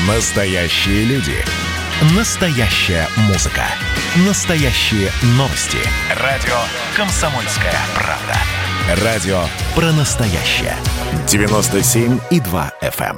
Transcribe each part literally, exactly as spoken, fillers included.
Настоящие люди. Настоящая музыка. Настоящие новости. Радио «Комсомольская правда». Радио про настоящее. девяносто семь и два эф эм.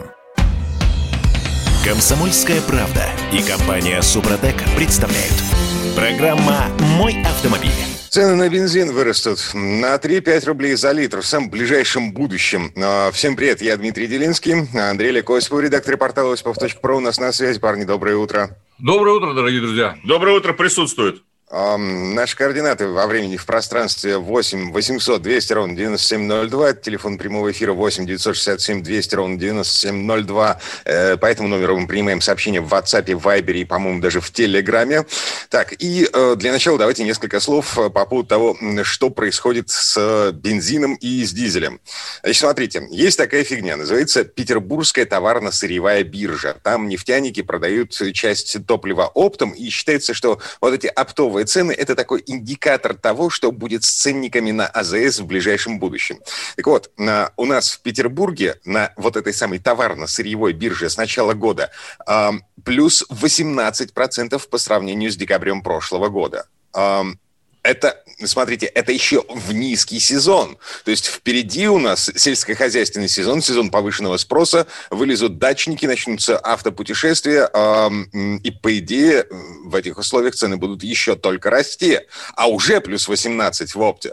«Комсомольская правда» и компания «Супротек» представляют. Программа «Мой автомобиль». Цены на бензин вырастут на три-пять рублей за литр в самом ближайшем будущем. Всем привет, я Дмитрий Делинский, Андрей Лекосипов, редактор портала осипов точка про у нас на связи. Парни, доброе утро. Доброе утро, дорогие друзья. Доброе утро, присутствует. Um, наши координаты во времени и в пространстве восемь восемьсот двести ровно девяносто семь ноль два. Телефон прямого эфира восемь девятьсот шестьдесят семь двести ровно девяносто семь ноль два. Э, по этому номеру мы принимаем сообщения в WhatsApp, в Viber и, по-моему, даже в Телеграме. Так, и э, для начала давайте несколько слов по поводу того, что происходит с бензином и с дизелем. Значит, смотрите, есть такая фигня, называется Петербургская товарно-сырьевая биржа. Там нефтяники продают часть топлива оптом, и считается, что вот эти оптовые цены – это такой индикатор того, что будет с ценниками на АЗС в ближайшем будущем. Так вот, на, у нас в Петербурге на вот этой самой товарно-сырьевой бирже с начала года э, плюс восемнадцать процентов по сравнению с декабрем прошлого года. Э, Это, смотрите, это еще в низкий сезон. То есть впереди у нас сельскохозяйственный сезон, сезон повышенного спроса, вылезут дачники, начнутся автопутешествия, э, и, по идее, в этих условиях цены будут еще только расти. А уже плюс восемнадцать в опте.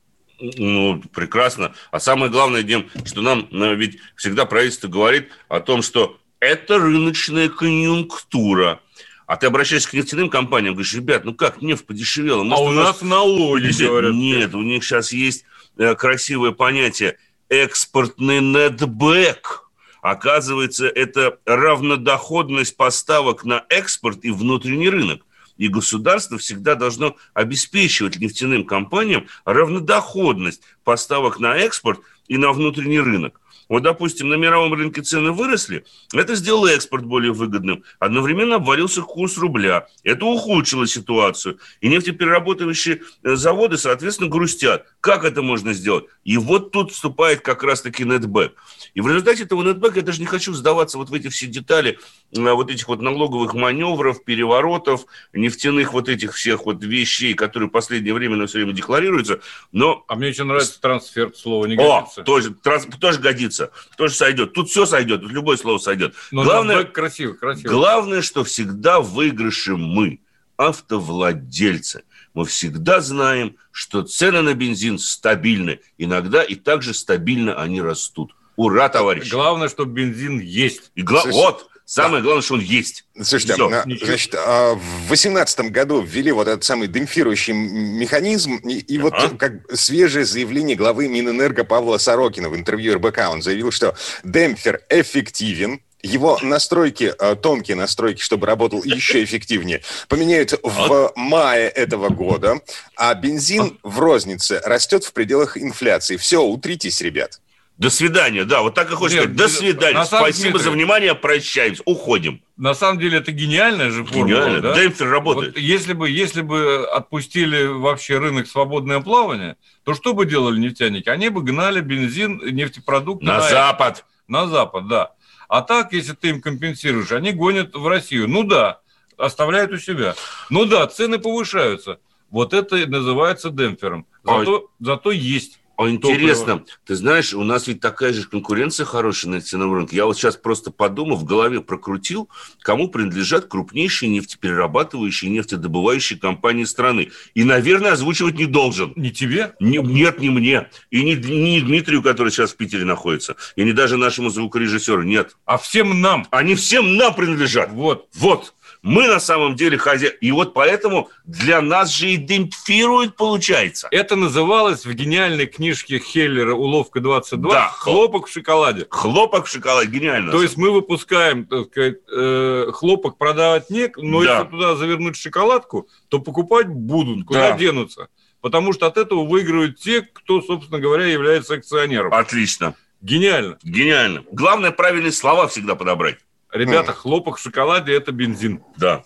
Ну, прекрасно. А самое главное, Дим, что нам ведь всегда правительство говорит о том, что это рыночная конъюнктура. А ты обращаешься к нефтяным компаниям, говоришь, ребят, ну как, нефть подешевела? Может, а у нас, нас налоги, говорят. Нет, у них сейчас есть красивое понятие экспортный нетбэк. Оказывается, это равнодоходность поставок на экспорт и внутренний рынок. И государство всегда должно обеспечивать нефтяным компаниям равнодоходность поставок на экспорт и на внутренний рынок. Вот, допустим, на мировом рынке цены выросли, это сделало экспорт более выгодным. Одновременно обвалился курс рубля. Это ухудшило ситуацию. И нефтеперерабатывающие заводы, соответственно, грустят. Как это можно сделать? И вот тут вступает как раз-таки нетбэк. И в результате этого нетбэка, я даже не хочу сдаваться вот в эти все детали вот этих вот налоговых маневров, переворотов, нефтяных вот этих всех вот вещей, которые в последнее время все время декларируются. Но... А мне еще нравится трансфер, слово не годится. О, тоже, транс... тоже годится. Тоже сойдет. Тут все сойдет, тут любое слово сойдет. Но главное, красиво, красиво. Главное, что всегда в выигрыше мы, автовладельцы. Мы всегда знаем, что цены на бензин стабильны. Иногда и также стабильно они растут. Ура, товарищи! Главное, что бензин есть. И гла... Вот! Самое да. главное, что он есть. Слушайте, Все, на, значит, в две тысячи восемнадцатом году ввели вот этот самый демпфирующий механизм, и, и вот а? как свежее заявление главы Минэнерго Павла Сорокина в интервью эр бэ ка. Он заявил, что демпфер эффективен, его настройки, тонкие настройки, чтобы работал еще эффективнее, поменяют в мае этого года, а бензин в рознице растет в пределах инфляции. Все, утритесь, ребят. До свидания, да, вот так и хочется сказать. До свидания. Спасибо Дмитрий, за внимание, прощаемся, уходим. На самом деле это гениальная же формула. Гениально, да? Демпфер работает. Вот если бы, если бы отпустили вообще рынок свободное плавание, то что бы делали нефтяники? Они бы гнали бензин, нефтепродукты на, на запад. На запад, да. А так, если ты им компенсируешь, они гонят в Россию. Ну да, оставляют у себя. Ну да, цены повышаются. Вот это и называется демпфером. Зато, а... зато есть. А интересно, ты знаешь, у нас ведь такая же конкуренция хорошая на нефтяном рынке. Я вот сейчас просто подумал, в голове прокрутил, кому принадлежат крупнейшие нефтеперерабатывающие, нефтедобывающие компании страны. И, наверное, озвучивать не должен. Не тебе? Не, нет, не мне. И не, не Дмитрию, который сейчас в Питере находится. И не даже нашему звукорежиссеру. Нет. А всем нам. Они всем нам принадлежат. Вот. Вот. Мы на самом деле хозяин. И вот поэтому для нас же и демпфирует, получается. Это называлось в гениальной книжке Хеллера «Уловка двадцать два» да. «Хлопок в шоколаде». Хлопок в шоколаде, гениально. То есть мы выпускаем, так сказать, э, хлопок продавать нек, но да. если туда завернуть шоколадку, то покупать будут, куда да. денутся. Потому что от этого выигрывают те, кто, собственно говоря, является акционером. Отлично. Гениально. Гениально. Главное, правильные слова всегда подобрать. Ребята, хлопок в шоколаде – это бензин. Да.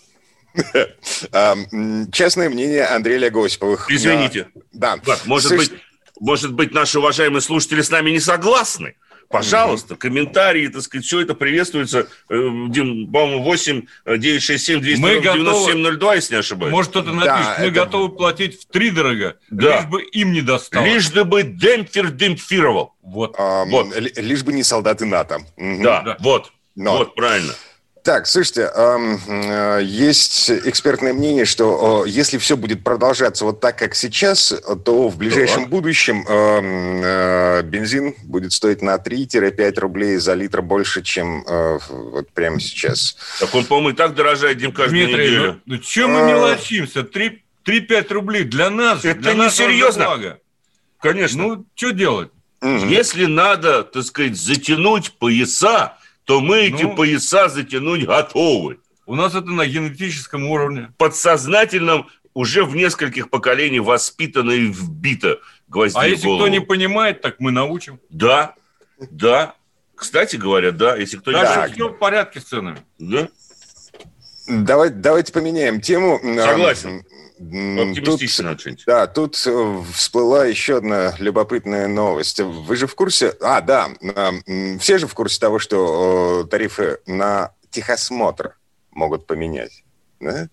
Частное мнение Андрея Лекосипова. Извините. Да. Может быть, может быть, наши уважаемые слушатели с нами не согласны. Пожалуйста, комментарии, так сказать, все это приветствуется. Дим, по-моему, восемь девятьсот шестьдесят семь двести девяносто семь ноль два, если не ошибаюсь. Может, кто-то напишет, да, мы это... готовы платить втридорога, да. лишь бы им не досталось. Лишь бы демпфер демпфировал. Вот. А, вот. Лишь бы не солдаты НАТО. Да, да. вот. Но. Вот, правильно. Так, слушайте, есть экспертное мнение, что если все будет продолжаться вот так, как сейчас, то в ближайшем так. будущем бензин будет стоить на три-пять рублей за литр больше, чем вот прямо сейчас. Так он, по-моему, и так дорожает, Дим, каждую Дмитрий, неделю. Ну, ну что мы мелочимся? три-пять рублей для нас, это для не нас серьезно. Благо. Конечно. Ну, что делать? Угу. Если надо, так сказать, затянуть пояса, то мы эти ну, пояса затянуть готовы. У нас это на генетическом уровне. Подсознательном, уже в нескольких поколениях воспитано и вбито гвозди А в если голову. Кто не понимает, так мы научим. Да, да. Кстати говоря, да, если кто не понимает. Все в порядке с ценами. Да. Давайте, давайте поменяем тему. Согласен. Оптимистично тут, да, тут всплыла еще одна любопытная новость. Вы же в курсе... А, да, все же в курсе того, что тарифы на техосмотр могут поменять. Да?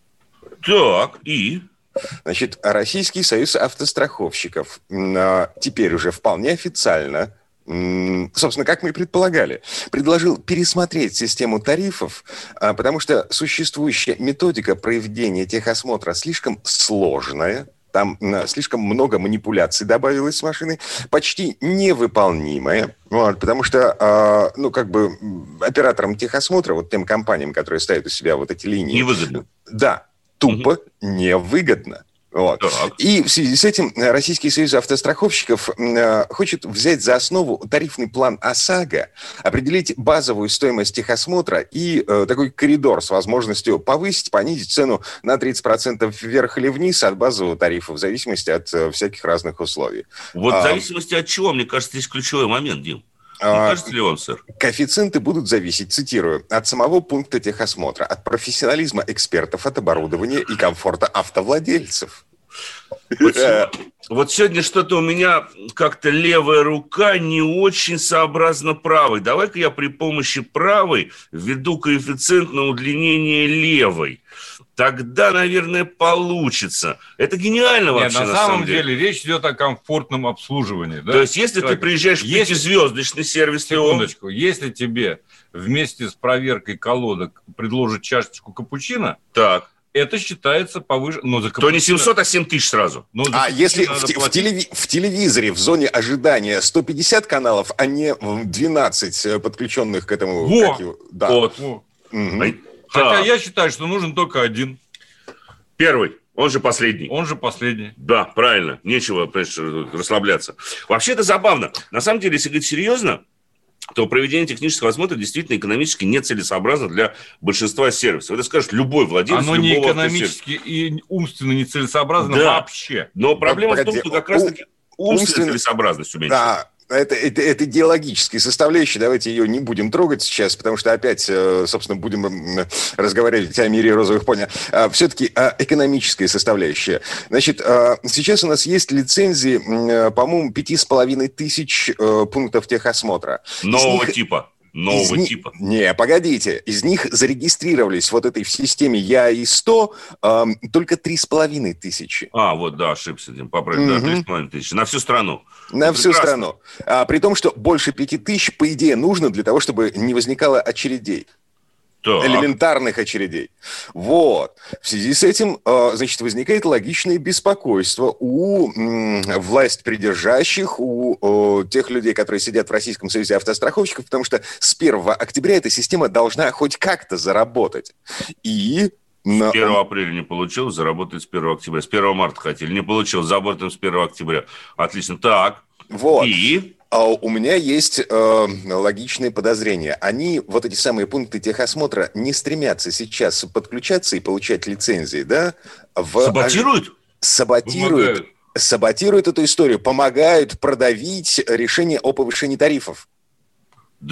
Так, и... Значит, Российский союз автостраховщиков теперь уже вполне официально... собственно, как мы и предполагали, предложил пересмотреть систему тарифов, потому что существующая методика проведения техосмотра слишком сложная, там слишком много манипуляций добавилось с машиной, почти невыполнимая, вот, потому что, ну, как бы операторам техосмотра, вот тем компаниям, которые ставят у себя вот эти линии... Невыгодно. Да, тупо угу. невыгодно. Вот. И в связи с этим Российский союз автостраховщиков э, хочет взять за основу тарифный план ОСАГО, определить базовую стоимость техосмотра и э, такой коридор с возможностью повысить, понизить цену на тридцать процентов вверх или вниз от базового тарифа, в зависимости от э, всяких разных условий. Вот а, в зависимости от чего, мне кажется, здесь ключевой момент, Дим. Не а, кажется ли он, сэр? Коэффициенты будут зависеть, цитирую, от самого пункта техосмотра, от профессионализма экспертов, от оборудования и комфорта автовладельцев. Вот, вот сегодня что-то у меня как-то левая рука не очень сообразна правой. Давай-ка я при помощи правой введу коэффициент на удлинение левой. Тогда, наверное, получится. Это гениально вообще. Нет, на, на самом деле. деле речь идет о комфортном обслуживании. Да? То есть, если так, ты приезжаешь в пятизвездочный сервис... Секундочку. То... Если тебе вместе с проверкой колодок предложат чашечку капучино... Так. Это считается повыше... Но за То не семьсот, а семь тысяч сразу. А если в, в, телеви... в телевизоре в зоне ожидания сто пятьдесят каналов, а не двенадцать подключенных к этому... Во! Как его... да. Вот. Угу. Хотя да. я считаю, что нужен только один. Первый. Он же последний. Он же последний. Да, правильно. Нечего расслабляться. Вообще это забавно. На самом деле, если говорить серьезно, то проведение технического осмотра действительно экономически нецелесообразно для большинства сервисов. Это скажет любой владелец Оно любого не экономически и умственно нецелесообразно да. вообще. Но проблема Погоди. в том, что как раз-таки умственная целесообразность уменьшается. Да. Это, это, это идеологическая составляющая, давайте ее не будем трогать сейчас, потому что опять, собственно, будем разговаривать о мире розовых пони. Все-таки экономическая составляющая. Значит, сейчас у нас есть лицензии, по-моему, пяти с половиной тысяч пунктов техосмотра. Нового них... типа. Нового из типа. Не, погодите. Из них зарегистрировались вот этой в системе ЯИ сто э, только три с половиной тысячи. А, вот, да, ошибся, Дим, поправь. Mm-hmm. Да, три с половиной тысячи. На всю страну. На ну, всю прекрасно. страну. А, при том, что больше пяти тысяч, по идее, нужно для того, чтобы не возникало очередей. Так. Элементарных очередей. Вот. В связи с этим, значит, возникает логичное беспокойство у власть придержащих, у тех людей, которые сидят в Российском союзе автостраховщиков, потому что с первого октября эта система должна хоть как-то заработать. И... С первого апреля не получилось, заработать с первого октября. С первого марта хотели, не получилось, заработаем с первого октября. Отлично. Так. Вот. И... А у меня есть э, логичные подозрения. Они, вот эти самые пункты техосмотра, не стремятся сейчас подключаться и получать лицензии, да? В... Саботируют? Саботируют. Помогают. Саботируют эту историю, помогают продавить решение о повышении тарифов. Да.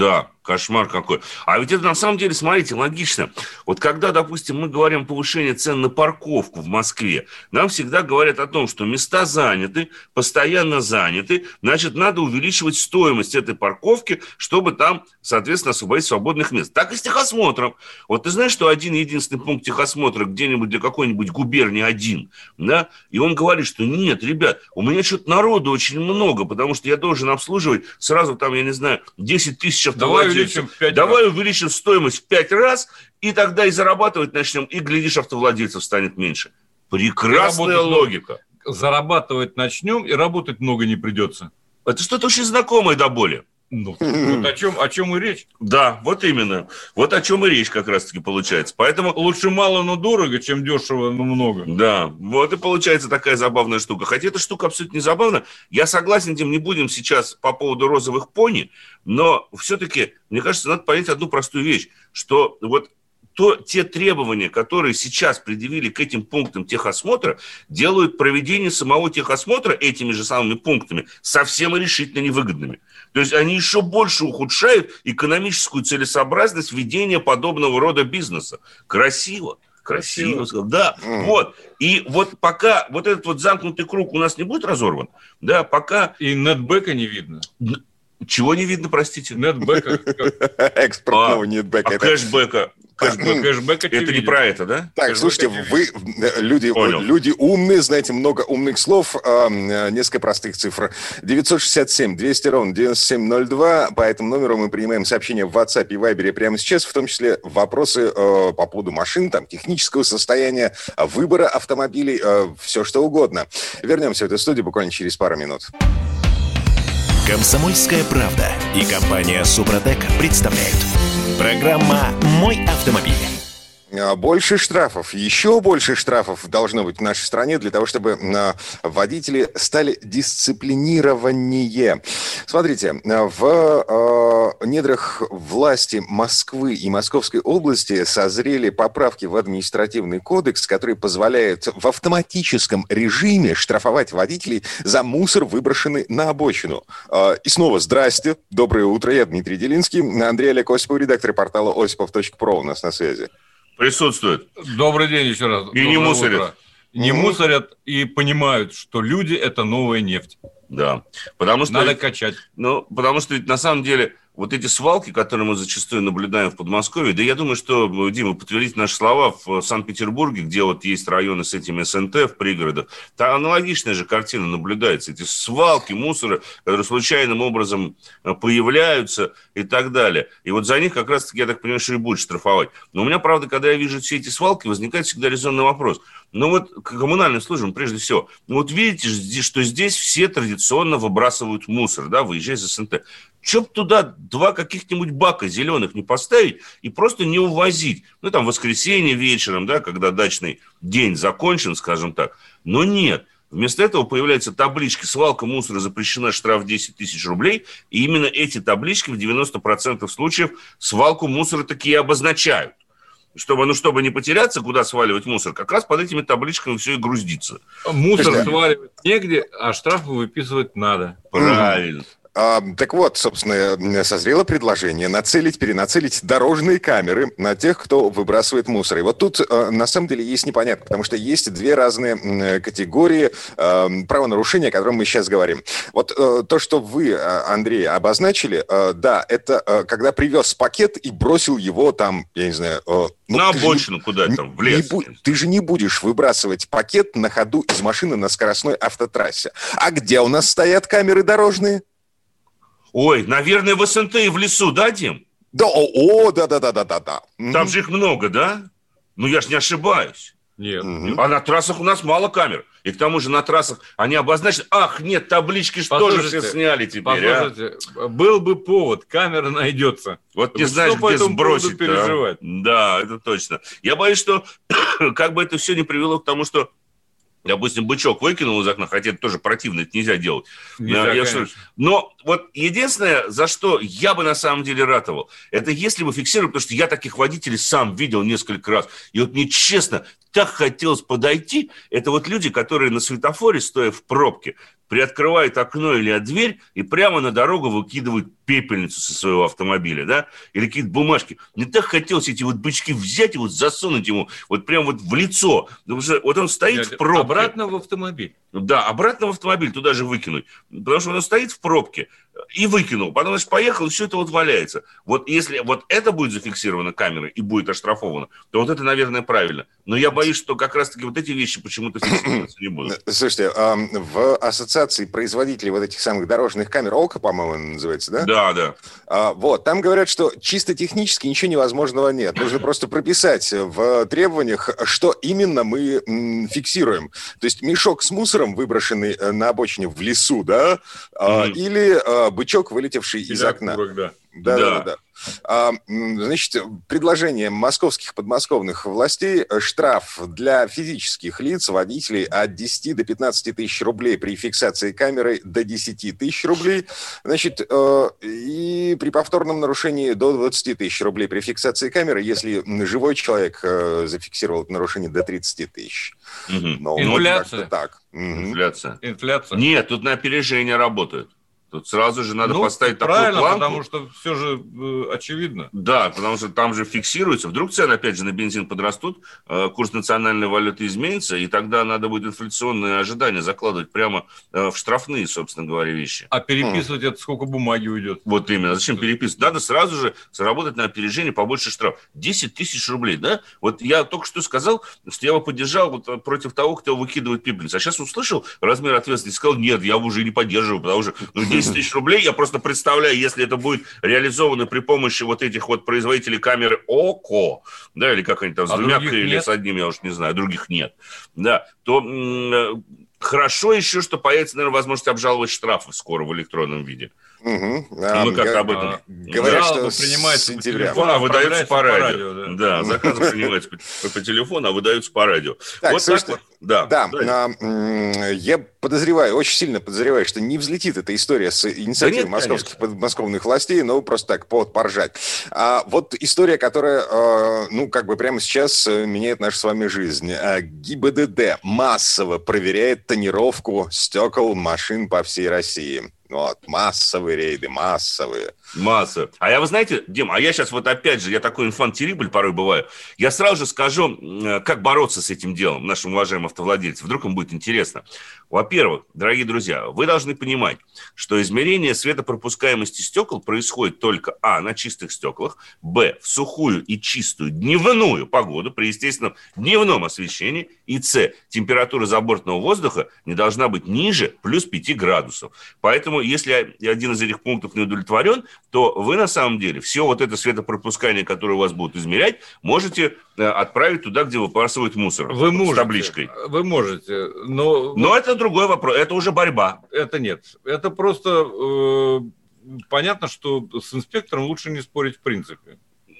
Кошмар какой. А ведь это на самом деле, смотрите, логично. Вот когда, допустим, мы говорим о повышении цен на парковку в Москве, нам всегда говорят о том, что места заняты, постоянно заняты, значит, надо увеличивать стоимость этой парковки, чтобы там, соответственно, освободить свободных мест. Так и с техосмотром. Вот ты знаешь, что один единственный пункт техосмотра где-нибудь для какой-нибудь губернии один, да, и он говорит, что нет, ребят, у меня что-то народу очень много, потому что я должен обслуживать сразу там, я не знаю, десять тысяч автовладельцев. Увеличим Давай раз. увеличим стоимость в пять раз, и тогда и зарабатывать начнем, и, глядишь, автовладельцев станет меньше. Прекрасная логика. Зарабатывать начнем, и работать много не придется. Это что-то очень знакомое до боли. Ну, вот о чем, о чем и речь. Да, вот именно. Вот о чем и речь как раз-таки получается. Поэтому лучше мало, но дорого, чем дешево, но много. Да, вот и получается такая забавная штука. Хотя эта штука абсолютно не забавна. Я согласен, Дим, не будем сейчас по поводу розовых пони, но все-таки, мне кажется, надо понять одну простую вещь, что вот то, те требования, которые сейчас предъявили к этим пунктам техосмотра, делают проведение самого техосмотра этими же самыми пунктами совсем и решительно невыгодными. То есть они еще больше ухудшают экономическую целесообразность ведения подобного рода бизнеса. Красиво. Красиво, Красиво. да, mm. вот, и вот пока вот этот вот замкнутый круг у нас не будет разорван, да, пока... И нетбэка не видно. Чего не видно, простите? Нетбэка. Экспортного нетбэка. А кэшбэка? Кэшбэк, кэшбэк это не видим. Про это, да? Так, кэшбэк слушайте, вы люди, люди умные, знаете много умных слов, э, несколько простых цифр. девятьсот шестьдесят семь двести ровно девяносто семь ноль два. По этому номеру мы принимаем сообщения в WhatsApp и Viber прямо сейчас, в том числе вопросы э, по поводу машин, там, технического состояния, выбора автомобилей, э, все что угодно. Вернемся в эту студию буквально через пару минут. «Комсомольская правда» и компания «Супротек» представляют. Программа «Мой автомобиль». Больше штрафов, еще больше штрафов должно быть в нашей стране для того, чтобы водители стали дисциплинированнее. Смотрите, в недрах власти Москвы и Московской области созрели поправки в административный кодекс, который позволяет в автоматическом режиме штрафовать водителей за мусор, выброшенный на обочину. И снова здрасте, доброе утро, я Дмитрий Делинский, Андрей Олег Осипов, редактор портала осипов точка про у нас на связи. Присутствует. Добрый день еще раз. И не мусорят. Утро. Не mm-hmm. мусорят и понимают, что люди – это новая нефть. Да. Потому что надо ведь, качать. Ну, потому что ведь на самом деле вот эти свалки, которые мы зачастую наблюдаем в Подмосковье, да я думаю, что, Дима, подтвердить наши слова, в Санкт-Петербурге, где вот есть районы с этими СНТ в пригородах, там аналогичная же картина наблюдается. Эти свалки, мусоры, которые случайным образом появляются и так далее. И вот за них как раз-таки, я так понимаю, что и будет штрафовать. Но у меня, правда, когда я вижу все эти свалки, возникает всегда резонный вопрос. Ну вот к коммунальным службам, прежде всего, ну вот видите, что здесь все традиционно выбрасывают мусор, да, выезжая из СНТ. Че б туда два каких-нибудь бака зеленых не поставить и просто не увозить? Ну, там, в воскресенье вечером, да, когда дачный день закончен, скажем так. Но нет. Вместо этого появляются таблички «Свалка мусора запрещена, штраф десять тысяч рублей». И именно эти таблички в девяносто процентов случаев свалку мусора таки и обозначают. Чтобы, ну, чтобы не потеряться, куда сваливать мусор, как раз под этими табличками все и груздится. Мусор да. сваливать негде, а штрафы выписывать надо. Правильно. А, так вот, собственно, созрело предложение нацелить, перенацелить дорожные камеры на тех, кто выбрасывает мусор. И вот тут а, на самом деле есть непонятно, потому что есть две разные категории а, правонарушения, о котором мы сейчас говорим. Вот а, то, что вы, Андрей, обозначили, а, да, это а, когда привез пакет и бросил его там, я не знаю... А, ну, на обочину куда-то там, в лес. Не, ты же не будешь выбрасывать пакет на ходу из машины на скоростной автотрассе. А где у нас стоят камеры дорожные? Ой, наверное, в СНТ и в лесу, да, Дим? Да, о, да-да-да-да-да-да. Там же их много, да? Ну, я ж не ошибаюсь. Нет. Mm-hmm. А на трассах у нас мало камер. И к тому же на трассах они обозначены. Ах, нет, таблички же тоже все сняли теперь. Послушайте, а? Был бы повод, камера найдется. Вот не знаешь, где сбросить. Да? Да, это точно. Я боюсь, что как бы это все не привело к тому, что допустим, бычок выкинул из окна, хотя это тоже противно, это нельзя делать. Нельзя, я все... Но вот единственное, за что я бы на самом деле ратовал, это если бы фиксировали, потому что я таких водителей сам видел несколько раз, и вот мне честно так хотелось подойти, это вот люди, которые на светофоре, стоя в пробке, приоткрывают окно или дверь и прямо на дорогу выкидывают пепельницу со своего автомобиля, да, или какие-то бумажки. Мне так хотелось эти вот бычки взять и вот засунуть ему вот прям вот в лицо. Потому что вот он стоит Нет, в пробке. Обратно в автомобиль. Да, обратно в автомобиль, туда же выкинуть. Потому что он стоит в пробке и выкинул. Потом, значит, поехал, и все это вот валяется. Вот если вот это будет зафиксировано камерой и будет оштрафовано, то вот это, наверное, правильно. Но я боюсь, что как раз-таки вот эти вещи почему-то фиксироваться не будут. Слушайте, в ассоциации производителей вот этих самых дорожных камер, ОКО, по-моему, называется, да? Да, да. А, вот, там говорят, что чисто технически ничего невозможного нет. Нужно просто прописать в требованиях, что именно мы м, фиксируем. То есть мешок с мусором, выброшенный на обочине в лесу, да, mm-hmm. или а, бычок, вылетевший или из окна. Окурок, да. Да, да, да. да. А, значит, предложение московских подмосковных властей: штраф для физических лиц, водителей от десяти до пятнадцати тысяч рублей при фиксации камерой до десяти тысяч рублей. Значит, и при повторном нарушении до двадцати тысяч рублей при фиксации камеры, если живой человек зафиксировал это нарушение, до тридцати тысяч. Угу. Но инфляция. Вот так. Инфляция. Инфляция. Нет, тут на опережение работают. Тут сразу же надо ну, поставить такую планку. Правильно, потому что все же э, очевидно. Да, потому что там же фиксируется. Вдруг цены, опять же, на бензин подрастут, э, курс национальной валюты изменится, и тогда надо будет инфляционные ожидания закладывать прямо э, в штрафные, собственно говоря, вещи. А переписывать хм. это сколько бумаги уйдет? Вот именно. Зачем переписывать? Надо сразу же заработать на опережение побольше штраф. десять тысяч рублей, да? Вот я только что сказал, что я бы поддержал вот против того, кто выкидывает пепельницу. А сейчас услышал размер ответственности, сказал, нет, я уже не поддерживаю, потому что ну, десять тысяч рублей, я просто представляю, если это будет реализовано при помощи вот этих вот производителей камеры ОКО, да, или как они там, с а двумя или с одним, я уж не знаю, других нет, да, то м- хорошо еще, что появится, наверное, возможность обжаловать штрафы скоро в электронном виде. Угу. А, Мы как-то об этом... Говорят, что принимается по телефону, а выдаются по радио. По радио да, да заказы принимаются по, по телефону, а выдаются по радио. Так, вот слушайте, так вот. Да, да, а, я подозреваю, очень сильно подозреваю, что не взлетит эта история с инициативой да нет, московских подмосковных властей, но просто так повод поржать. А вот история, которая, ну, как бы прямо сейчас меняет нашу с вами жизнь. ГИБДД массово проверяет тонировку стекол машин по всей России. Вот, массовые рейды, массовые. Масса. А я, вы знаете, Дим, а я сейчас вот опять же, я такой инфант-террибль порой бываю, я сразу же скажу, как бороться с этим делом нашим уважаемым автовладельцам. Вдруг им будет интересно. Во-первых, дорогие друзья, вы должны понимать, что измерение светопропускаемости стекол происходит только а. на чистых стеклах, б. в сухую и чистую дневную погоду при естественном дневном освещении, и с. температура забортного воздуха не должна быть ниже плюс пяти градусов. Поэтому, если один из этих пунктов не удовлетворен, то вы на самом деле все вот это светопропускание, которое у вас будут измерять, можете отправить туда, где выбрасывают мусор. Вы можете, с табличкой. Вы можете, но... Но это другой вопрос, это уже борьба. Это нет. Это просто э, понятно, что с инспектором лучше не спорить в принципе.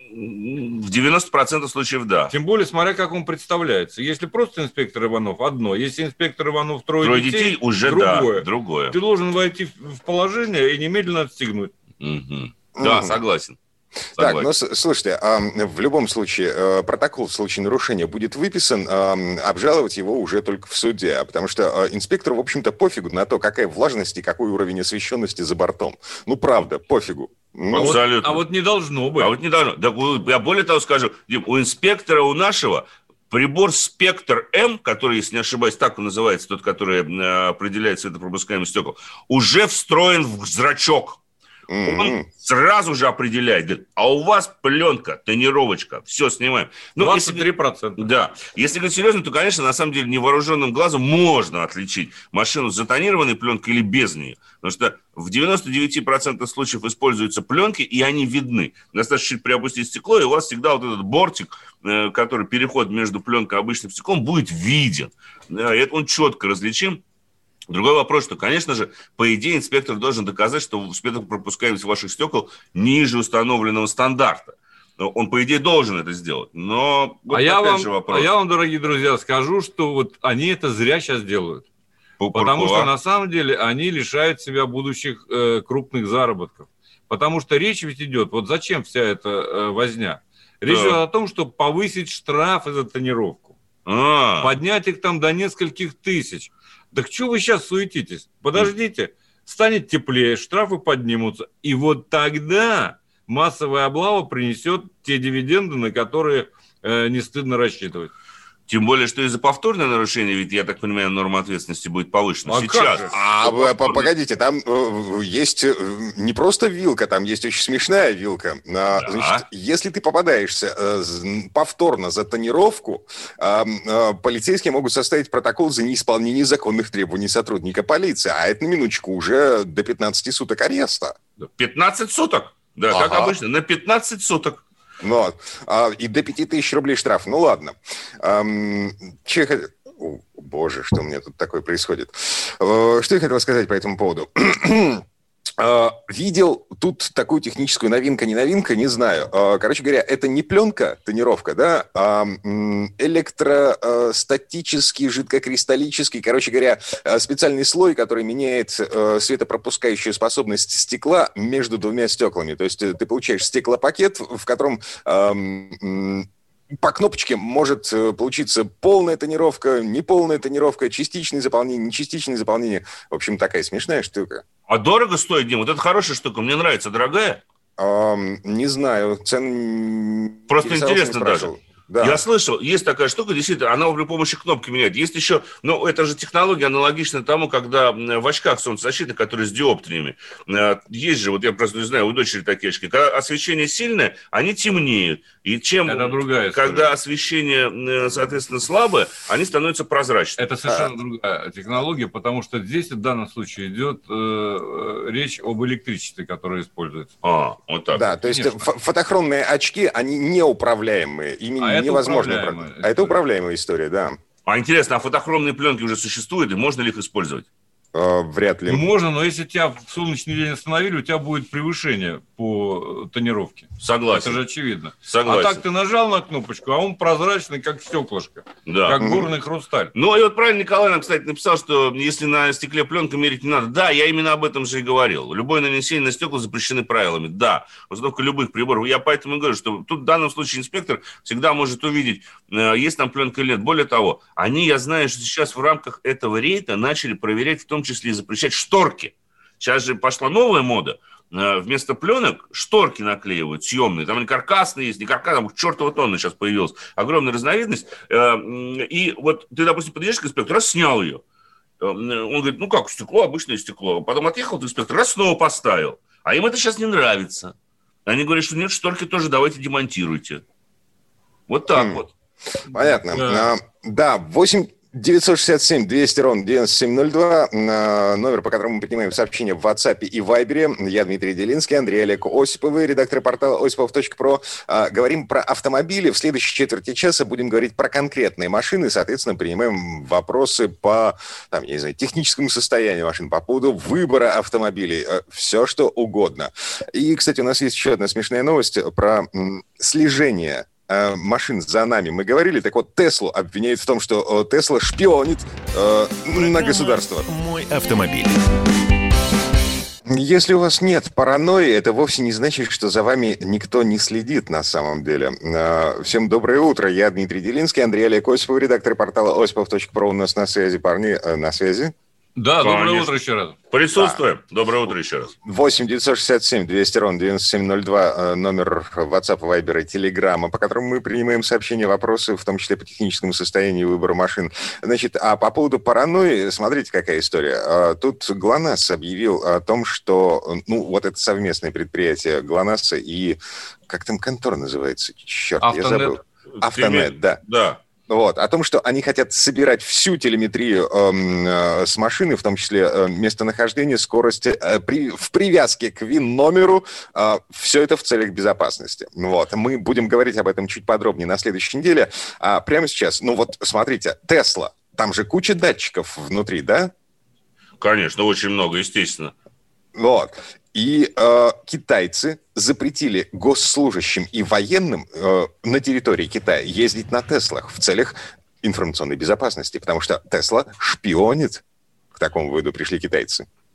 В девяносто процентов случаев да. Тем более, смотря как он представляется. Если просто инспектор Иванов, одно. Если инспектор Иванов трое, трое детей, детей, уже другое. Да, другое. Ты должен войти в положение и немедленно отстегнуть. Угу. Да, угу. согласен. Так, ну, слушайте, в любом случае, протокол в случае нарушения будет выписан, обжаловать его уже только в суде, потому что инспектору, в общем-то, пофигу на то, какая влажность и какой уровень освещенности за бортом. Ну, правда, пофигу. Ну, абсолютно. А вот, а вот не должно быть. А вот не должно. Да, я более того скажу, Дим, у инспектора, у нашего прибор «Спектр М», который, если не ошибаюсь, так он называется, тот, который определяет светопропускаемость стекол, уже встроен в зрачок. Mm-hmm. Он сразу же определяет, говорит, а у вас пленка, тонировочка, все, снимаем. Ну, двадцать три процента. Если, да. Если говорить серьезно, то, конечно, на самом деле невооруженным глазом можно отличить машину с затонированной пленкой или без нее. Потому что в девяноста девяти процентах случаев используются пленки, и они видны. Достаточно чуть приопустить стекло, и у вас всегда вот этот бортик, который переход между пленкой и обычным стеклом, будет виден. И это он четко различим. Другой вопрос, что, конечно же, по идее, инспектор должен доказать, что светопропускаемость ваших стекол ниже установленного стандарта. Он, по идее, должен это сделать. Но вот а, я вам, а я вам, дорогие друзья, скажу, что вот они это зря сейчас делают. Пу-пу-пу. Потому что, на самом деле, они лишают себя будущих э, крупных заработков. Потому что речь ведь идет, вот зачем вся эта э, возня? Речь да. идет о том, чтобы повысить штрафы за тонировку. А. Поднять их там до нескольких тысяч. Так что вы сейчас суетитесь? Подождите. станет теплее, штрафы поднимутся. И вот тогда массовая облава принесет те дивиденды, на которые э, не стыдно рассчитывать. Тем более, что из-за повторного нарушения, ведь, я так понимаю, норма ответственности будет повышена. А сейчас. А, погодите, там э, есть э, не просто вилка, там есть очень смешная вилка. А, да. Значит, если ты попадаешься э, повторно за тонировку, э, э, полицейские могут составить протокол за неисполнение законных требований сотрудника полиции. А это, на минуточку, уже до пятнадцати суток ареста. пятнадцать суток? Да, ага. Как обычно, на пятнадцать суток. Вот. А, и до пяти тысяч рублей штраф. Ну, ладно. Ам, че... О, боже, что у меня тут такое происходит. Что я хотел сказать по этому поводу? Видел тут такую техническую новинку, не новинка, не знаю. Короче говоря, это не пленка, тонировка, да, а электростатический, жидкокристаллический, короче говоря, специальный слой, который меняет светопропускающую способность стекла между двумя стеклами. То есть ты получаешь стеклопакет, в котором по кнопочке может получиться полная тонировка, неполная тонировка, частичное заполнение, нечастичное заполнение. В общем, такая смешная штука. А дорого стоит, Дим? Вот это хорошая штука, мне нравится. Дорогая? Um, не знаю, цен... Просто интересно даже. Да. Я слышал, есть такая штука, действительно, она при помощи кнопки меняет. Есть еще, ну, это же технология аналогична тому, когда в очках солнцезащиты, которые с диоптриями, есть же, вот я просто не знаю, у дочери такие очки, когда освещение сильное, они темнеют. И чем, это другая история. Когда освещение, соответственно, слабое, они становятся прозрачными. Это совершенно а. другая технология, потому что здесь в данном случае идет э, речь об электричестве, которое используется. А, вот так. Да, то есть ф- фотохромные очки, они неуправляемые, ими а невозможно управлять. А это управляемая история, да. А интересно, а фотохромные пленки уже существуют, и можно ли их использовать? Вряд ли. Ну, можно, но если тебя в солнечный день остановили, у тебя будет превышение по тонировке. Согласен. Это же очевидно. Согласен. А так ты нажал на кнопочку, а он прозрачный, как стеклышко. Да. Как горный хрусталь. Ну, и вот правильно Николай нам, кстати, написал, что если на стекле пленка мерить не надо. Да, я именно об этом же и говорил. Любое нанесение на стекла запрещены правилами. Да, установка любых приборов. Я поэтому и говорю, что тут в данном случае инспектор всегда может увидеть, есть там пленка или нет. Более того, они, я знаю, что сейчас в рамках этого рейда начали проверять в том числе и запрещать шторки. Сейчас же пошла новая мода. Вместо пленок шторки наклеивают съемные. Там и каркасные есть, не каркасные, там чертова тонна сейчас появилась. Огромная разновидность. И вот ты, допустим, подъедешь к инспектору, раз снял ее. Он говорит, ну как, стекло, обычное стекло. Потом отъехал ты, инспектор, раз снова поставил. А им это сейчас не нравится. Они говорят, что нет, шторки тоже давайте демонтируйте. Вот так mm. вот. Понятно. Да, да восемь... девятьсот шестьдесят семь двести ровно девяносто семь ноль два, номер, по которому мы поднимаем сообщения в WhatsApp и Вайбере. Я Дмитрий Делинский, Андрей Олег Осиповый, редактор портала осипов точка про. Говорим про автомобили. В следующей четверти часа будем говорить про конкретные машины. Соответственно, принимаем вопросы по, там, я не знаю, техническому состоянию машин, по поводу выбора автомобилей. Все, что угодно. И, кстати, у нас есть еще одна смешная новость про слежение машин за нами. Мы говорили, так вот, Теслу обвиняют в том, что Тесла шпионит э, на государство. Мой автомобиль. Если у вас нет паранойи, это вовсе не значит, что за вами никто не следит на самом деле. Всем доброе утро. Я Дмитрий Делинский, Андрей Олег Осипов, редактор портала осипов точка про. У нас на связи, парни. На связи? Да, Конечно. Доброе утро еще раз. Присутствуем. Да. Доброе утро еще раз. восемь девятьсот шестьдесят семь двести ровно девяносто семь ноль два, номер WhatsApp, Viber и Telegram, по которому мы принимаем сообщения, вопросы, в том числе по техническому состоянию выбора машин. Значит, а по поводу паранойи, смотрите, какая история. Тут ГЛОНАСС объявил о том, что, ну, вот это совместное предприятие ГЛОНАССа и, как там контора называется? Черт, Автонет. Я забыл. Автонет, да. Да. Вот, о том, что они хотят собирать всю телеметрию э, э, с машины, в том числе э, местонахождение, скорость, э, при, в привязке к ВИН-номеру, э, все это в целях безопасности. Вот, мы будем говорить об этом чуть подробнее на следующей неделе. А прямо сейчас, ну вот, смотрите, Тесла, там же куча датчиков внутри, да? Конечно, очень много, естественно. Вот. И э, китайцы запретили госслужащим и военным э, на территории Китая ездить на Теслах в целях информационной безопасности, потому что Тесла шпионит. К такому выводу пришли китайцы.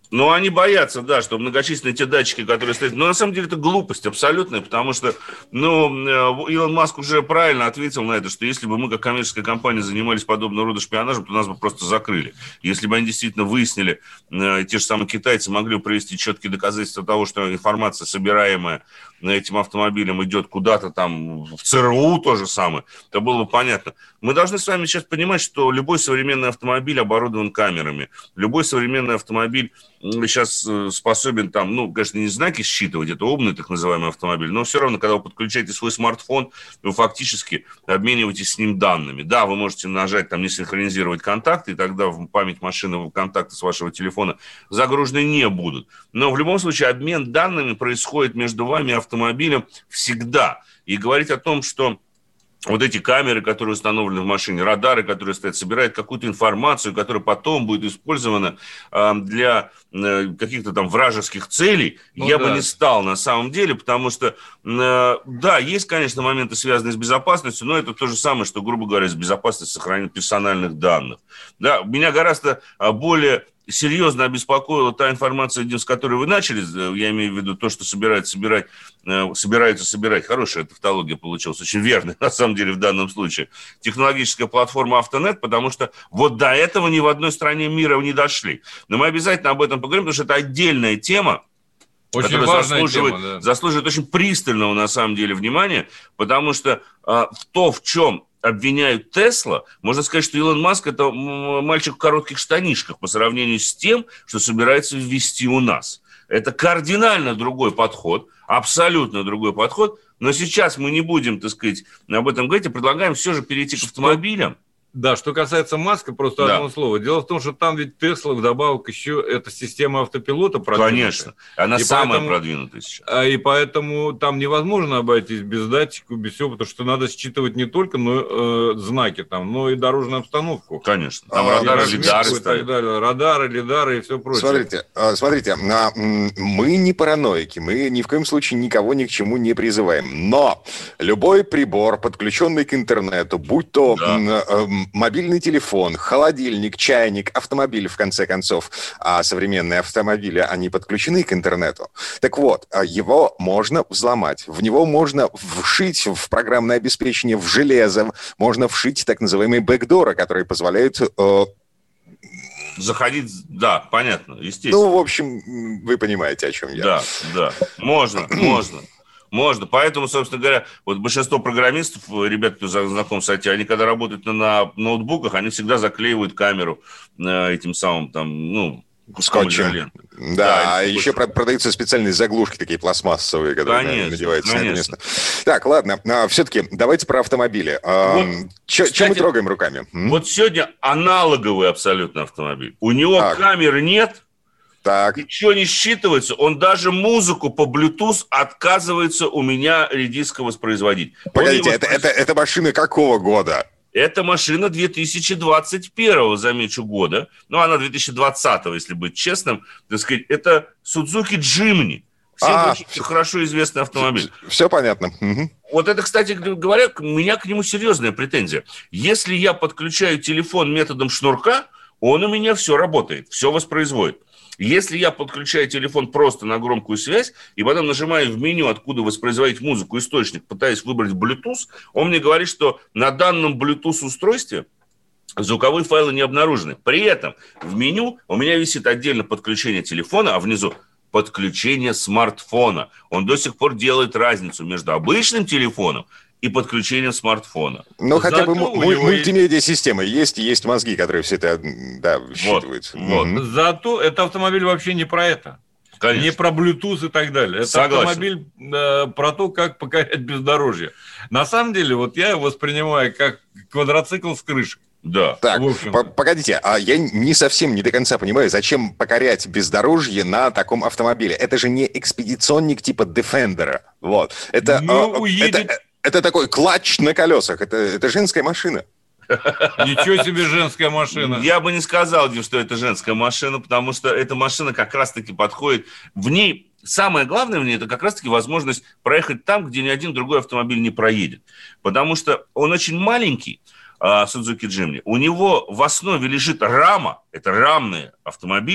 Ну, они боятся, да, что многочисленные те датчики, которые стоят... Но на самом деле это глупость абсолютная, потому что, ну, Илон Маск уже правильно ответил на это, что если бы мы, как коммерческая компания, занимались подобного рода шпионажем, то нас бы просто закрыли. Если бы они действительно выяснили, те же самые китайцы могли бы привести четкие доказательства того, что информация, собираемая этим автомобилем, идет куда-то там в ЦРУ, то же самое, то было бы понятно. Мы должны с вами сейчас понимать, что любой современный автомобиль оборудован камерами. Любой современный автомобиль сейчас способен там, ну, конечно, не знаки считывать, это умный так называемый автомобиль, но все равно, когда вы подключаете свой смартфон, вы фактически обмениваетесь с ним данными. Да, вы можете нажать там не синхронизировать контакты, и тогда в память машины контакты с вашего телефона загружены не будут. Но в любом случае обмен данными происходит между вами и автомобилем всегда. И говорить о том, что вот эти камеры, которые установлены в машине, радары, которые стоят, собирают какую-то информацию, которая потом будет использована э, для э, каких-то там вражеских целей, ну, я да. бы не стал на самом деле, потому что, э, да, есть, конечно, моменты, связанные с безопасностью, но это то же самое, что, грубо говоря, с безопасностью сохранения персональных данных. Да, меня гораздо более серьезно обеспокоила та информация, с которой вы начали, я имею в виду то, что собираются собирать, собираются собирать, хорошая тавтология получилась, очень верная, на самом деле, в данном случае, технологическая платформа Автонет, потому что вот до этого ни в одной стране мира не дошли. Но мы обязательно об этом поговорим, потому что это отдельная тема, очень которая заслуживает, тема, да. заслуживает очень пристального, на самом деле, внимания, потому что а, в то, в чем обвиняют Тесла, можно сказать, что Илон Маск – это мальчик в коротких штанишках по сравнению с тем, что собирается ввести у нас. Это кардинально другой подход, абсолютно другой подход, но сейчас мы не будем, так сказать, об этом говорить, а предлагаем все же перейти к автомобилям. Да, что касается Маска, просто да. одно слово. Дело в том, что там ведь Тесла вдобавок еще эта система автопилота продвинутая. Конечно, она и самая поэтому, продвинутая сейчас. И поэтому там невозможно обойтись без датчиков, без всего, потому что надо считывать не только но, э, знаки, там, но и дорожную обстановку. Конечно, там а, радары, лидары и так далее. Радары, лидары и все прочее. Смотрите, смотрите, мы не параноики, мы ни в коем случае никого ни к чему не призываем. Но любой прибор, подключенный к интернету, будь то... Да. мобильный телефон, холодильник, чайник, автомобиль, в конце концов. А современные автомобили, они подключены к интернету. Так вот, его можно взломать. В него можно вшить в программное обеспечение, в железо. Можно вшить так называемые бэкдоры, которые позволяют... Э... Заходить, да, понятно, естественно. Ну, в общем, вы понимаете, о чем я. Да, да, можно, можно. Можно. Поэтому, собственно говоря, вот большинство программистов, ребят, кто знаком с ай ти, они когда работают на, на ноутбуках, они всегда заклеивают камеру э, этим самым, там, ну, скотчем. Да, да, а еще продаются специальные заглушки, такие пластмассовые, которые конечно, надеваются конечно. на это место. Так, ладно, а, все-таки давайте про автомобили. А, вот, Что мы трогаем руками? Вот сегодня аналоговый абсолютно автомобиль. У него так. камеры нет. Так. Ничего не считывается, он даже музыку по Bluetooth отказывается у меня редиско воспроизводить. Погодите, это, воспроиз... это, это машина какого года? Это машина две тысячи двадцать первого, замечу, года. Ну, она две тысячи двадцатого, если быть честным. Так сказать, это Suzuki Jimny. Всем а, очень все, хорошо известный автомобиль. Все, все понятно. Угу. Вот это, кстати говоря, у меня к нему серьезная претензия. Если я подключаю телефон методом шнурка, он у меня все работает, все воспроизводит. Если я подключаю телефон просто на громкую связь и потом нажимаю в меню, откуда воспроизводить музыку, источник, пытаясь выбрать Bluetooth, он мне говорит, что на данном Bluetooth-устройстве звуковые файлы не обнаружены. При этом в меню у меня висит отдельно подключение телефона, а внизу подключение смартфона. Он до сих пор делает разницу между обычным телефоном и подключением смартфона. Ну, хотя бы м- мультимедиа-система есть, есть мозги, которые все это да, считывают. Вот, вот. Зато этот автомобиль вообще не про это. Конечно. Не про Bluetooth и так далее. Это Согласен. автомобиль э, про то, как покорять бездорожье. На самом деле, вот я его воспринимаю как квадроцикл с крышей. Да. Так, погодите, а я не совсем не до конца понимаю, зачем покорять бездорожье на таком автомобиле? Это же не экспедиционник типа Defender. Вот. Это, ну, а, уедет... это, это такой клатч на колесах. Это, это женская машина. Ничего себе женская машина. Я бы не сказал, Дим, что это женская машина, потому что эта машина как раз-таки подходит. В ней, самое главное в ней, это как раз-таки возможность проехать там, где ни один другой автомобиль не проедет. Потому что он очень маленький, Suzuki Jimny. У него в основе лежит рама, это рамный автомобиль,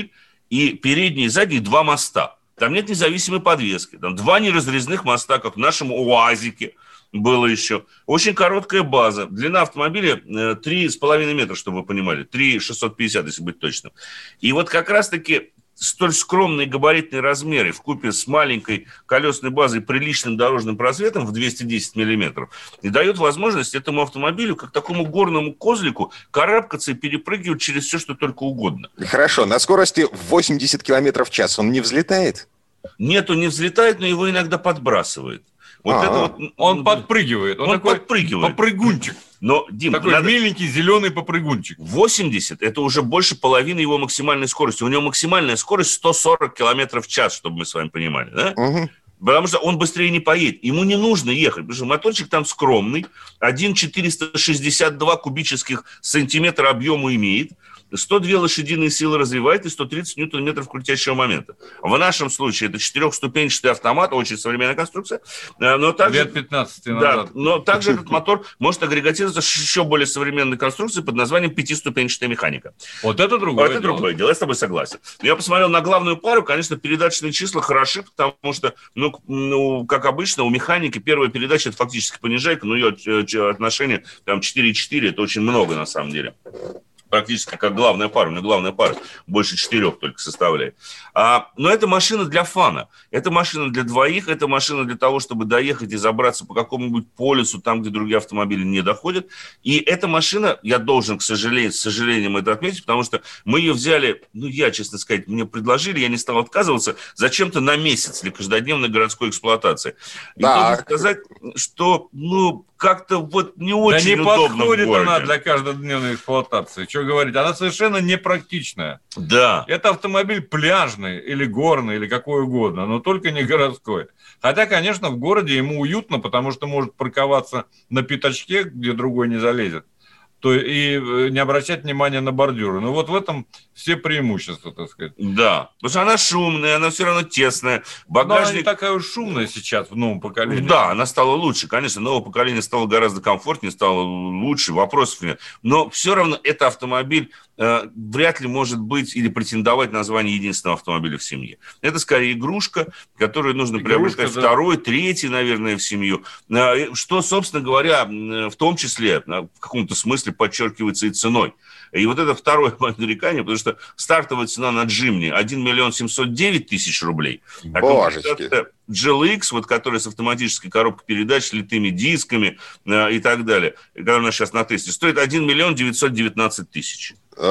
и передние и задние два моста. Там нет независимой подвески. Там два неразрезных моста, как в нашем УАЗике было еще. Очень короткая база. Длина автомобиля три с половиной метра, чтобы вы понимали. три тысячи шестьсот пятьдесят, если быть точным. И вот как раз-таки столь скромные габаритные размеры вкупе с маленькой колесной базой, приличным дорожным просветом в двести десять миллиметров и дает возможность этому автомобилю, как такому горному козлику, карабкаться и перепрыгивать через все, что только угодно. Хорошо. На скорости восемьдесят километров в час он не взлетает? Нет, он не взлетает, но его иногда подбрасывает. Вот это вот, он подпрыгивает. Он, он такой подпрыгивает. Попрыгунчик. Но, Дим, такой надо... миленький зеленый попрыгунчик. восемьдесят – это уже больше половины его максимальной скорости. У него максимальная скорость сто сорок километров в час, чтобы мы с вами понимали. Да? Угу. Потому что он быстрее не поедет. Ему не нужно ехать, потому что моторчик там скромный. один целых четыреста шестьдесят два кубических сантиметра объема имеет. сто две лошадиные силы развивает и сто тридцать ньютон-метров крутящего момента. В нашем случае это четырехступенчатый автомат, очень современная конструкция. Но также, лет пятнадцать назад. Да, но также этот мотор может агрегатироваться с еще более современной конструкцией под названием пятиступенчатая механика. Вот это другое вот дело. Это другое дело, я с тобой согласен. Я посмотрел на главную пару, конечно, передаточные числа хороши, потому что, ну, ну как обычно, у механики первая передача – это фактически понижайка, но ее отношение там четыре четыре – это очень много на самом деле. Практически как главная пара. У меня главная пара больше четырех только составляет. А, но это машина для фана. Это машина для двоих. Это машина для того, чтобы доехать и забраться по какому-нибудь полюсу, там, где другие автомобили не доходят. И эта машина, я должен, к сожалению, с сожалением это отметить, потому что мы ее взяли, ну, я, честно сказать, мне предложили, я не стал отказываться, зачем-то на месяц для каждодневной городской эксплуатации. И должен сказать, что, ну, как-то вот не очень удобно в городе. Да не подходит она для каждодневной эксплуатации. Что говорить? Она совершенно непрактичная. Да. Это автомобиль пляжный или горный, или какой угодно, но только не городской. Хотя, конечно, в городе ему уютно, потому что может парковаться на пятачке, где другой не залезет, то и не обращать внимания на бордюры. Но вот в этом все преимущества, так сказать. Да, потому что она шумная, она все равно тесная. Багажник... Но она не такая уж шумная сейчас в новом поколении. Да, она стала лучше. Конечно, новое поколение стало гораздо комфортнее, стало лучше, вопросов нет. Но все равно это автомобиль э, вряд ли может быть или претендовать на звание единственного автомобиля в семье. Это скорее игрушка, которую нужно игрушка, приобретать да. второй, третий, наверное, в семью. Э, что, собственно говоря, в том числе, в каком-то смысле подчеркивается и ценой. И вот это второе мое нарекание, потому что стартовая цена на Джимни один миллион семьсот девять тысяч рублей. Божечки. А джи эл икс, вот, который с автоматической коробкой передач, с литыми дисками э, и так далее, который у нас сейчас на тесте, стоит один миллион девятьсот девятнадцать тысяч.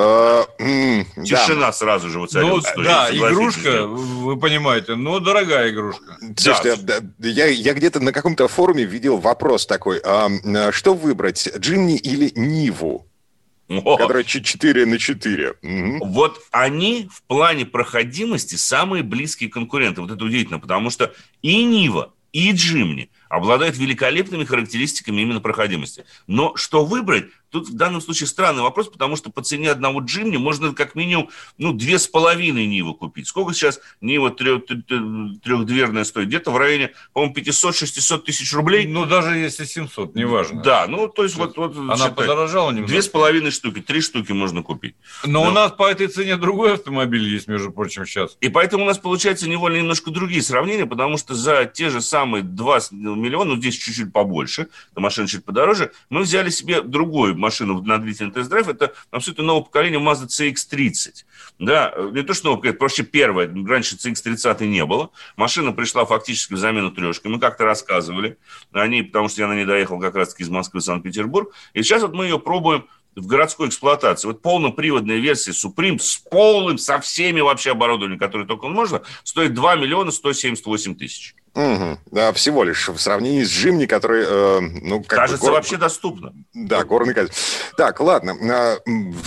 Тишина да. сразу же воцарилась. Ну, да, игрушка, вы понимаете, но дорогая игрушка. Слушайте, да. я, я где-то на каком-то форуме видел вопрос такой, а, что выбрать, Джимни или Ниву? О. Которая четыре на четыре. Угу. Вот они в плане проходимости самые близкие конкуренты. Вот это удивительно, потому что и Нива, и Джимни обладают великолепными характеристиками именно проходимости. Но что выбрать? Тут в данном случае странный вопрос, потому что по цене одного Джимни можно как минимум ну, две с половиной Нивы купить. Сколько сейчас Нива трех, трехдверная стоит? Где-то в районе, по-моему, пятьсот-шестьсот тысяч рублей. Ну, даже если семьсот, неважно. Да, ну, то есть вот... вот она считай, подорожала немного. Две с половиной штуки, три штуки можно купить. Но, Но у нас по этой цене другой автомобиль есть, между прочим, сейчас. И поэтому у нас получается невольно немножко другие сравнения, потому что за те же самые два миллиона, ну, здесь чуть-чуть побольше, машина чуть подороже, мы взяли себе другую машину на длительный тест-драйв, это абсолютно новое поколение Mazda си икс тридцать. Да, не то, что новое поколение, проще первое. Раньше си икс тридцать не было. Машина пришла фактически в замену трешки. Мы как-то рассказывали о ней, потому что я на ней доехал как раз-таки из Москвы в Санкт-Петербург. И сейчас вот мы ее пробуем в городской эксплуатации. Вот полноприводная версия Supreme с полным, со всеми вообще оборудованием, которое только можно, стоит два миллиона сто семьдесят восемь тысяч. Угу. Да, всего лишь в сравнении с Джимни, который, э, ну, как кажется, бы, гор... вообще доступно. Да, горный качество. Так, ладно. А,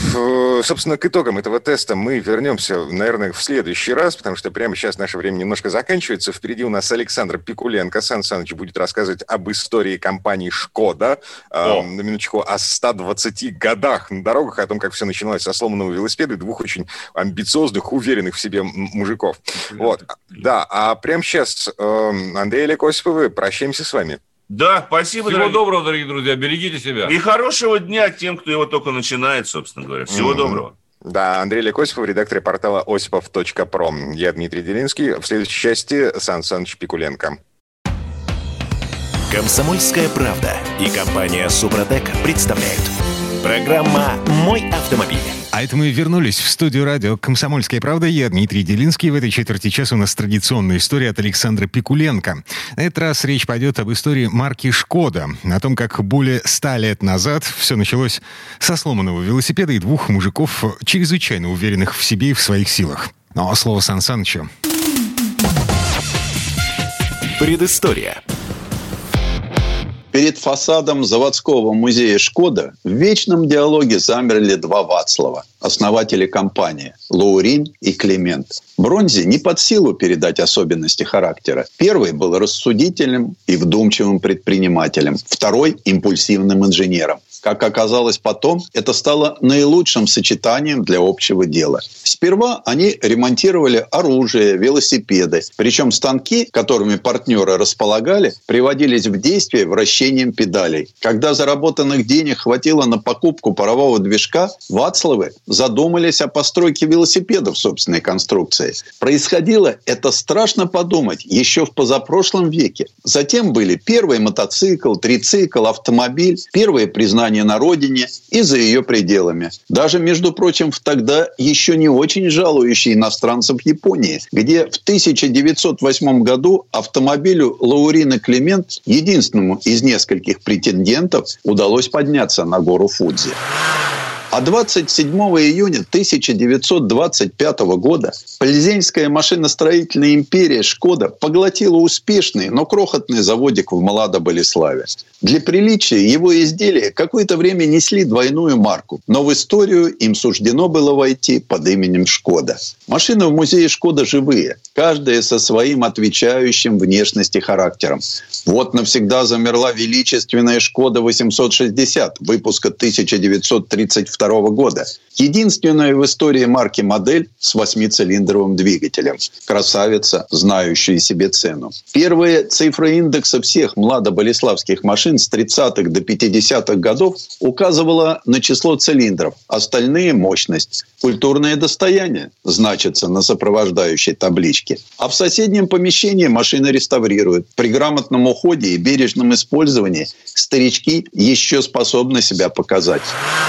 в, собственно, к итогам этого теста мы вернемся, наверное, в следующий раз, потому что прямо сейчас наше время немножко заканчивается. Впереди у нас Александр Пикуленко. Сан Саныч будет рассказывать об истории компании «Шкода». А, на минуточку, о ста двадцати годах на дорогах, о том, как все начиналось со сломанного велосипеда и двух очень амбициозных, уверенных в себе мужиков. Вот. Да, а прямо сейчас... Э, Андрей Олег Осиповы, прощаемся с вами. Да, спасибо. Всего дорогие... доброго, дорогие друзья, берегите себя. И хорошего дня тем, кто его только начинает, собственно говоря. Всего mm-hmm. доброго. Да, Андрей Лекосипов, редактор портала осипов точка про. Я Дмитрий Делинский. В следующей части Сан Саныч Пикуленко. «Комсомольская правда» и компания «Супротек» представляют. Программа «Мой автомобиль». А это мы вернулись в студию радио «Комсомольская правда». Я Дмитрий Делинский. В этой четверти часа у нас традиционная история от Александра Пикуленко. На этот раз речь пойдет об истории марки «Шкода». О том, как более ста лет назад все началось со сломанного велосипеда и двух мужиков, чрезвычайно уверенных в себе и в своих силах. Ну а слово Сан Санычу. Предыстория. Перед фасадом заводского музея «Шкода» в вечном диалоге замерли два Вацлава, основатели компании – Лаурин и Климент. Бронзе не под силу передать особенности характера. Первый был рассудительным и вдумчивым предпринимателем, второй – импульсивным инженером. Как оказалось потом, это стало наилучшим сочетанием для общего дела. Сперва они ремонтировали оружие, велосипеды. Причем станки, которыми партнеры располагали, приводились в действие вращением педалей. Когда заработанных денег хватило на покупку парового движка, Вацлавы задумались о постройке велосипедов собственной конструкции. Происходило это, страшно подумать, еще в позапрошлом веке. Затем были первый мотоцикл, трицикл, автомобиль, первые признания на родине и за ее пределами. Даже, между прочим, в тогда еще не очень жалующей иностранцев Японии, где в тысяча девятьсот восьмом году автомобилю Лаурин и Климент, единственному из нескольких претендентов, удалось подняться на гору Фудзи. А двадцать седьмого июня тысяча девятьсот двадцать пятого года Плзенская машиностроительная империя «Шкода» поглотила успешный, но крохотный заводик в Младо-Болеславе. Для приличия его изделия какое-то время несли двойную марку, но в историю им суждено было войти под именем «Шкода». Машины в музее «Шкода» живые, каждая со своим отвечающим внешности характером. Вот навсегда замерла величественная «Шкода восемьсот шестьдесят» выпуска тысяча девятьсот тридцать второго года. Единственная в истории марки модель с восьмицилиндровым двигателем. Красавица, знающая себе цену. Первые цифры индекса всех младо-болеславских машин с тридцатых до пятидесятых годов указывала на число цилиндров, остальные – мощность. Культурное достояние значится на сопровождающей табличке. А в соседнем помещении машины реставрируют. При грамотном уходе и бережном использовании старички еще способны себя показать.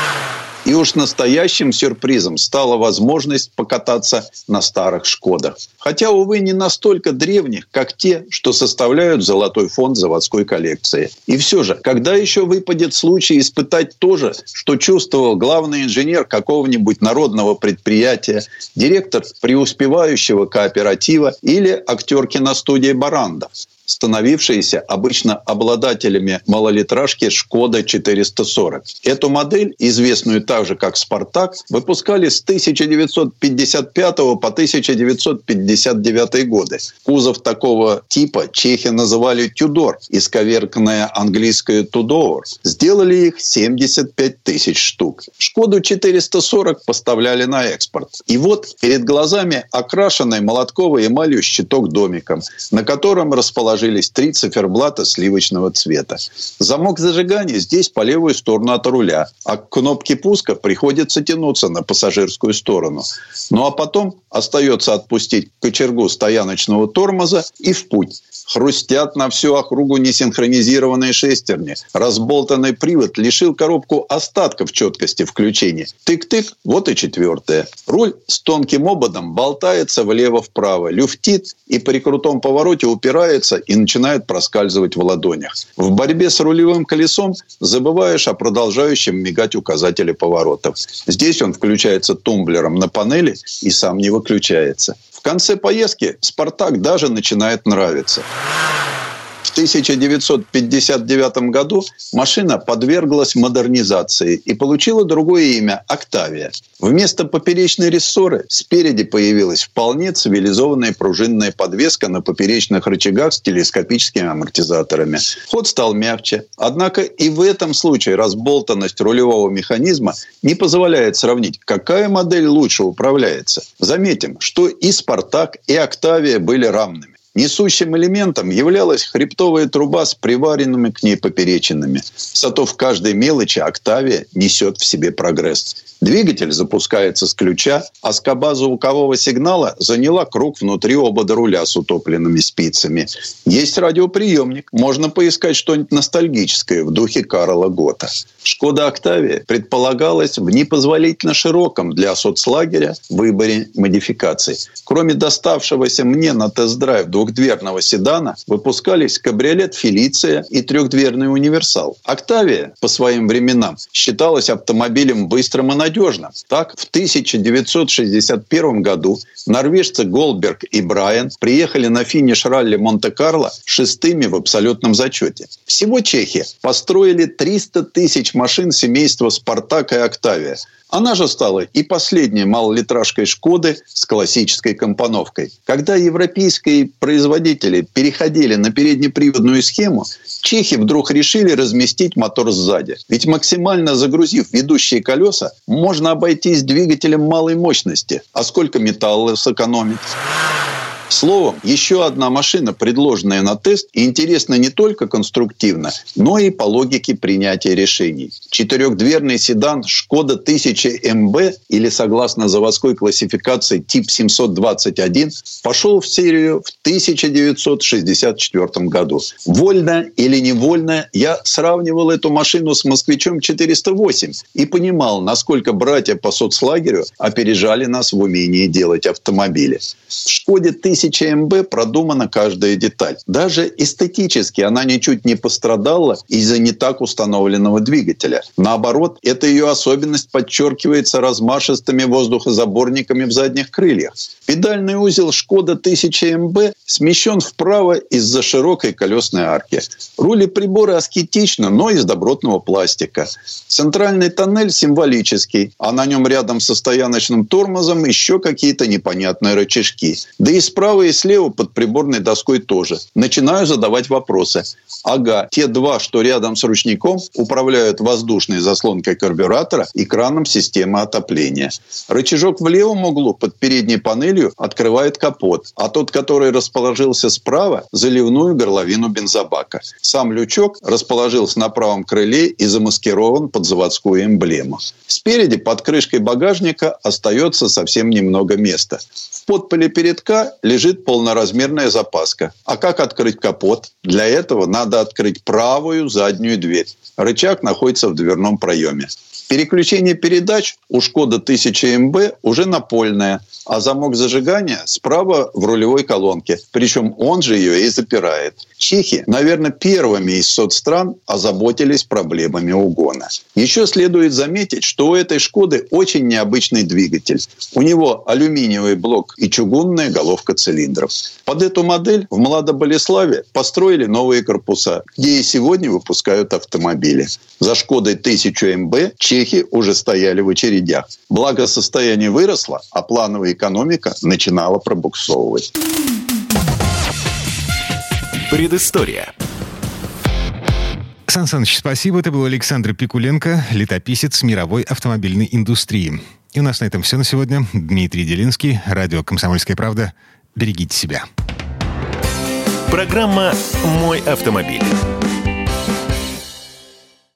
И уж настоящим сюрпризом стала возможность покататься на старых «Шкодах». Хотя, увы, не настолько древних, как те, что составляют золотой фонд заводской коллекции. И все же, когда еще выпадет случай испытать то же, что чувствовал главный инженер какого-нибудь народного предприятия, директор преуспевающего кооператива или актер киностудии «Барандов», становившиеся обычно обладателями малолитражки «Шкода четыреста сорок». Эту модель, известную также как «Спартак», выпускали с тысяча девятьсот пятьдесят пятого по тысяча девятьсот пятьдесят девятый годы. Кузов такого типа чехи называли «Тюдор», исковерканное английское «Тудор». Сделали их семьдесят пять тысяч штук. «Шкоду четыреста сорок» поставляли на экспорт. И вот перед глазами окрашенный молотковой эмалью щиток домиком, на котором расположились три циферблата сливочного цвета. Замок зажигания здесь по левую сторону от руля, а к кнопке пуска приходится тянуться на пассажирскую сторону. Ну а потом остается отпустить кочергу стояночного тормоза и в путь. Хрустят на всю округу несинхронизированные шестерни. Разболтанный привод лишил коробку остатков четкости включения. Тык-тык, вот и четвертое. Руль с тонким ободом болтается влево-вправо, люфтит и при крутом повороте упирается и начинает проскальзывать в ладонях. В борьбе с рулевым колесом забываешь о продолжающем мигать указателе поворотов. Здесь он включается тумблером на панели и сам не выключается. В конце поездки «Спартак» даже начинает нравиться. В тысяча девятьсот пятьдесят девятом году машина подверглась модернизации и получила другое имя – «Октавия». Вместо поперечной рессоры спереди появилась вполне цивилизованная пружинная подвеска на поперечных рычагах с телескопическими амортизаторами. Ход стал мягче. Однако и в этом случае разболтанность рулевого механизма не позволяет сравнить, какая модель лучше управляется. Заметим, что и «Спартак», и «Октавия» были рамными. Несущим элементом являлась хребтовая труба с приваренными к ней поперечинами. Зато в каждой мелочи «Октавия» несет в себе прогресс. Двигатель запускается с ключа, а скоба звукового сигнала заняла круг внутри обода руля с утопленными спицами. Есть радиоприемник. Можно поискать что-нибудь ностальгическое в духе Карла Готта. «Шкода Октавия» предполагалась в непозволительно широком для соцлагеря выборе модификаций. Кроме доставшегося мне на тест-драйв двухдверного седана, выпускались кабриолет «Фелиция» и трехдверный универсал. «Октавия» по своим временам считалась автомобилем быстрым и надежным. Так, в тысяча девятьсот шестьдесят первом году норвежцы Голберг и Брайан приехали на финиш ралли Монте-Карло шестыми в абсолютном зачете. Всего чехи построили триста тысяч машин семейства «Спартак» и «Октавия». Она же стала и последней малолитражкой «Шкоды» с классической компоновкой. Когда европейские производители переходили на переднеприводную схему, чехи вдруг решили разместить мотор сзади. Ведь максимально загрузив ведущие колеса, можно обойтись двигателем малой мощности. А сколько металла сэкономить? Словом, еще одна машина, предложенная на тест, интересна не только конструктивно, но и по логике принятия решений. Четырехдверный седан «Шкода тысяча эм бэ» или, согласно заводской классификации, тип семьсот двадцать один, пошел в серию в тысяча девятьсот шестьдесят четвёртом году. Вольно или невольно я сравнивал эту машину с «Москвичом четыреста восемь» и понимал, насколько братья по соцлагерю опережали нас в умении делать автомобили. В «Шкоде тысяча эм бэ» продумана каждая деталь. Даже эстетически она ничуть не пострадала из-за не так установленного двигателя. Наоборот, эта ее особенность подчеркивается размашистыми воздухозаборниками в задних крыльях. Педальный узел «Шкода тысяча эм бэ» смещен вправо из-за широкой колесной арки. Рули прибора аскетичны, но из добротного пластика. Центральный тоннель символический, а на нем рядом со стояночным тормозом еще какие-то непонятные рычажки. Да и справа и слева под приборной доской тоже. Начинаю задавать вопросы. Ага, те два, что рядом с ручником, управляют воздушной заслонкой карбюратора и краном системы отопления. Рычажок в левом углу под передней панелью открывает капот, а тот, который расположился справа, заливную горловину бензобака. Сам лючок расположился на правом крыле и замаскирован под заводскую эмблему. Спереди под крышкой багажника остается совсем немного места. В подполе передка лежит полноразмерная запаска. А как открыть капот? Для этого надо открыть правую заднюю дверь. Рычаг находится в дверном проеме. Переключение передач у «Шкода тысяча эм бэ» уже напольное, а замок зажигания справа в рулевой колонке. Причем он же ее и запирает. Чехи, наверное, первыми из соцстран озаботились проблемами угона. Еще следует заметить, что у этой «Шкоды» очень необычный двигатель. У него алюминиевый блок и чугунная головка цилиндров. Под эту модель в Младоболеславе построили новые корпуса, где и сегодня выпускают автомобили. За «Шкодой тысяча эм бэ» чехи уже стояли в очередях. Благо состояние выросло, а плановая экономика начинала пробуксовывать. Предыстория. Сан Саныч, спасибо. Это был Александр Пикуленко, летописец мировой автомобильной индустрии. И у нас на этом все на сегодня. Дмитрий Делинский, радио «Комсомольская правда». Берегите себя. Программа «Мой автомобиль».